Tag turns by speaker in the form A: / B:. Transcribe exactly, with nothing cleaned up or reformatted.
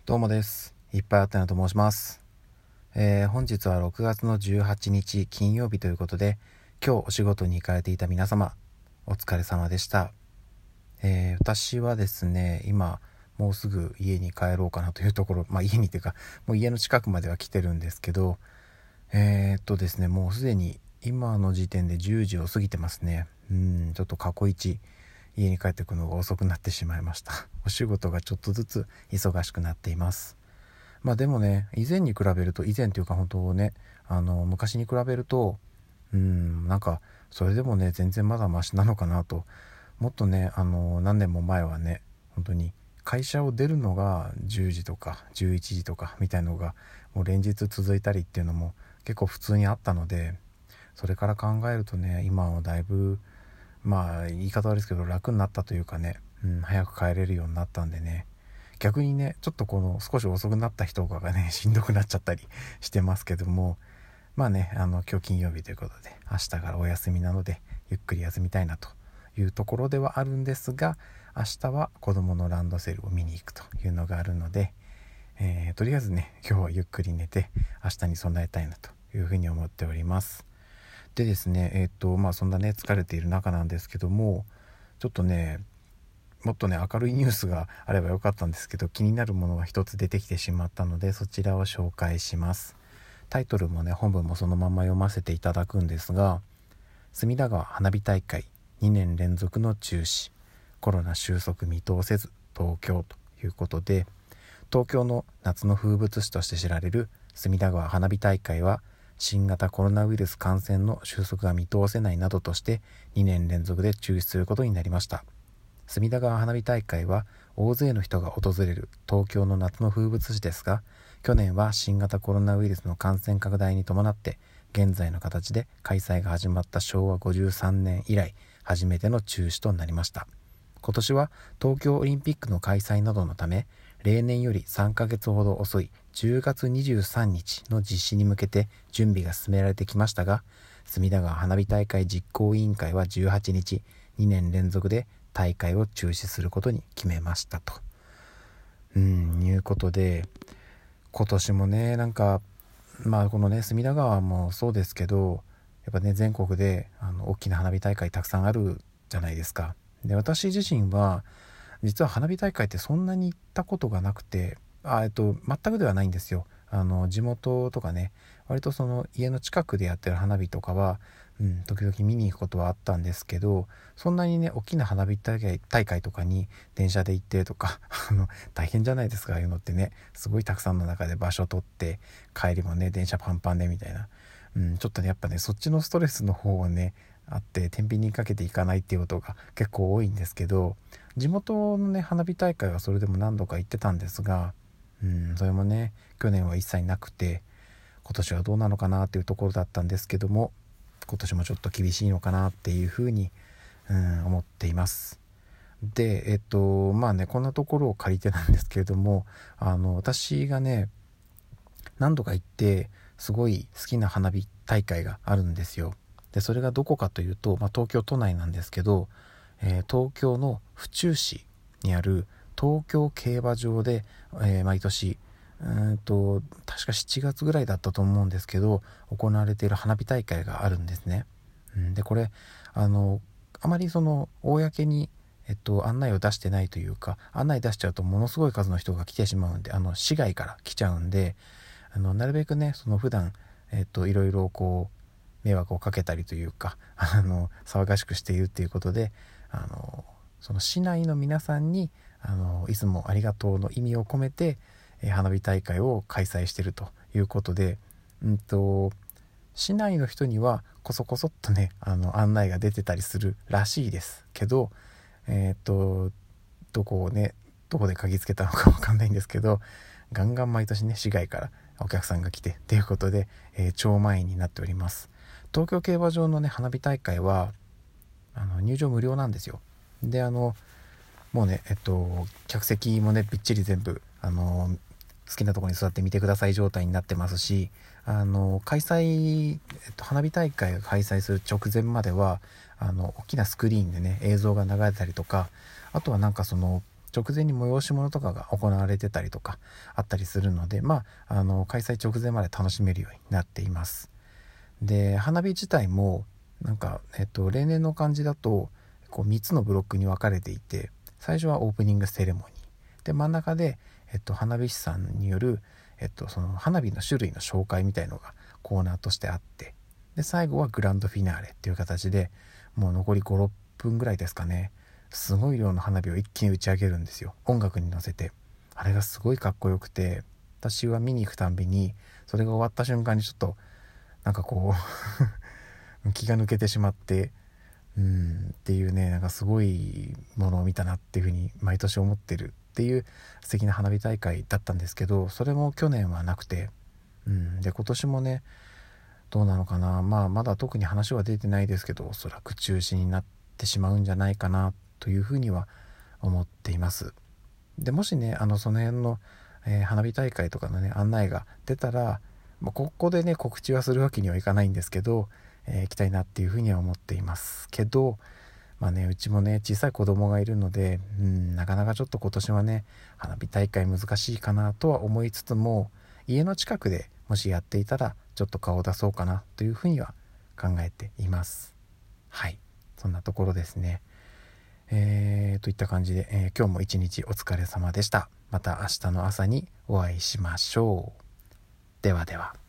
A: どうもです。いっぱいあったなと申します。えー本日はろくがつのじゅうはちにち金曜日ということで、今日お仕事に行かれていた皆様、お疲れ様でした。えー私はですね、今もうすぐ家に帰ろうかなというところ、まあ家にというか、もう家の近くまでは来てるんですけど、えーっとですね、もうすでに今の時点でじゅうじを過ぎてますね。うん、ちょっと過去一家に帰ってくるのが遅くなってしまいました。お仕事がちょっとずつ忙しくなっています。まあでもね、以前に比べると、以前というか本当ね、あの昔に比べると、うーんなんかそれでもね全然まだマシなのかなと。もっとね、あの何年も前はね、本当に会社を出るのがじゅうじとかじゅういちじとかみたいのがもう連日続いたりっていうのも結構普通にあったので、それから考えるとね、今はだいぶ、まあ言い方悪いですけど楽になったというかね、うん、早く帰れるようになったんでね、逆にねちょっとこの少し遅くなった人がねしんどくなっちゃったりしてますけども、まあね、あの今日金曜日ということで明日からお休みなのでゆっくり休みたいなというところではあるんですが、明日は子供のランドセルを見に行くというのがあるので、えーとりあえずね今日はゆっくり寝て明日に備えたいなというふうに思っております。でですね、えっ、とまあそんなね疲れている中なんですけども、ちょっとねもっとね明るいニュースがあればよかったんですけど、気になるものが一つ出てきてしまったので、そちらを紹介します。タイトルもね本文もそのまま読ませていただくんですが、隅田川花火大会にねん連続の中止、コロナ収束見通せず東京ということで、東京の夏の風物詩として知られる隅田川花火大会は新型コロナウイルス感染の収束が見通せないなどとしてにねん連続で中止することになりました。隅田川花火大会は大勢の人が訪れる東京の夏の風物詩ですが、去年は新型コロナウイルスの感染拡大に伴って現在の形で開催が始まったしょうわごじゅうさんねん以来初めての中止となりました。今年は東京オリンピックの開催などのため、例年よりさんかげつほど遅いじゅうがつにじゅうさんにちの実施に向けて準備が進められてきましたが、隅田川花火大会実行委員会はじゅうはちにち、にねん連続で大会を中止することに決めましたと、うーんいうことで、今年もねなんかまあこのね隅田川もそうですけど、やっぱね全国であの大きな花火大会たくさんあるじゃないですか。で私自身は実は花火大会ってそんなに行ったことがなくて、あえっと全くではないんですよ。あの地元とかね、割とその家の近くでやってる花火とかは、うん、時々見に行くことはあったんですけど、そんなにね大きな花火大会、大会とかに電車で行ってとかあの大変じゃないですか、ああいうのってね。すごいたくさんの中で場所取って帰りもね電車パンパンでみたいな、うん、ちょっとねやっぱねそっちのストレスの方をねあって天秤にかけていかないっていうことが結構多いんですけど、地元のね花火大会はそれでも何度か行ってたんですが、うん、それもね去年は一切なくて、今年はどうなのかなっていうところだったんですけども、今年もちょっと厳しいのかなっていうふうに、うん、思っています。でえっとまあねこんなところを借りてなんですけれども、あの私がね何度か行ってすごい好きな花火大会があるんですよ。でそれがどこかというと、まあ、東京都内なんですけど、えー東京の府中市にある東京競馬場で、えー毎年うーんと確かしちがつぐらいだったと思うんですけど行われている花火大会があるんですね。うん、でこれあのあまりその公にえっと、案内を出してないというか、案内出しちゃうとものすごい数の人が来てしまうんで、あの市外から来ちゃうんで、あのなるべくねその普段えっといろいろこう迷惑をかけたりというかあの騒がしくしているっていうことで、あのその市内の皆さんにあのいつもありがとうの意味を込めて、えー花火大会を開催しているということで、うんと市内の人にはこそこそっとねあの案内が出てたりするらしいですけど、えっとどこをねどこで嗅ぎつけたのかわかんないんですけど、ガンガン毎年ね市外からお客さんが来てっていうことで、えー超満員になっております。東京競馬場のね花火大会はあの入場無料なんですよ。であのもうねえっと客席もねびっちり全部あの好きなところに座って見てください状態になってますし、あの開催、えっと、花火大会が開催する直前まではあの大きなスクリーンでね映像が流れたりとか、あとはなんかその直前に催し物とかが行われてたりとかあったりするので、まあ、あの開催直前まで楽しめるようになっています。で花火自体もなんか、えっと、例年の感じだとこうみっつのブロックに分かれていて、最初はオープニングセレモニーで、真ん中で、えっと、花火師さんによる、えっと、その花火の種類の紹介みたいのがコーナーとしてあって、で最後はグランドフィナーレっていう形で、もう残りご、ろっぷんぐらいですかね、すごい量の花火を一気に打ち上げるんですよ、音楽に乗せて。あれがすごいかっこよくて、私は見に行くたんびにそれが終わった瞬間にちょっとなんかこう気が抜けてしまって、うんっていうね、なんかすごいものを見たなっていうふうに毎年思ってるっていう素敵な花火大会だったんですけど、それも去年はなくて、うんで今年もねどうなのかな、まあまだ特に話は出てないですけど、おそらく中止になってしまうんじゃないかなというふうには思っています。でもしねあのその辺の、えー花火大会とかのね案内が出たら、まあ、ここでね告知はするわけにはいかないんですけど、えー行きたいなっていうふうには思っていますけど、まあねうちもね小さい子供がいるので、うんなかなかちょっと今年はね花火大会難しいかなとは思いつつも、家の近くでもしやっていたらちょっと顔を出そうかなというふうには考えています。はい、そんなところですね。えー、といった感じで、えー今日も一日お疲れ様でした。また明日の朝にお会いしましょう。ではでは。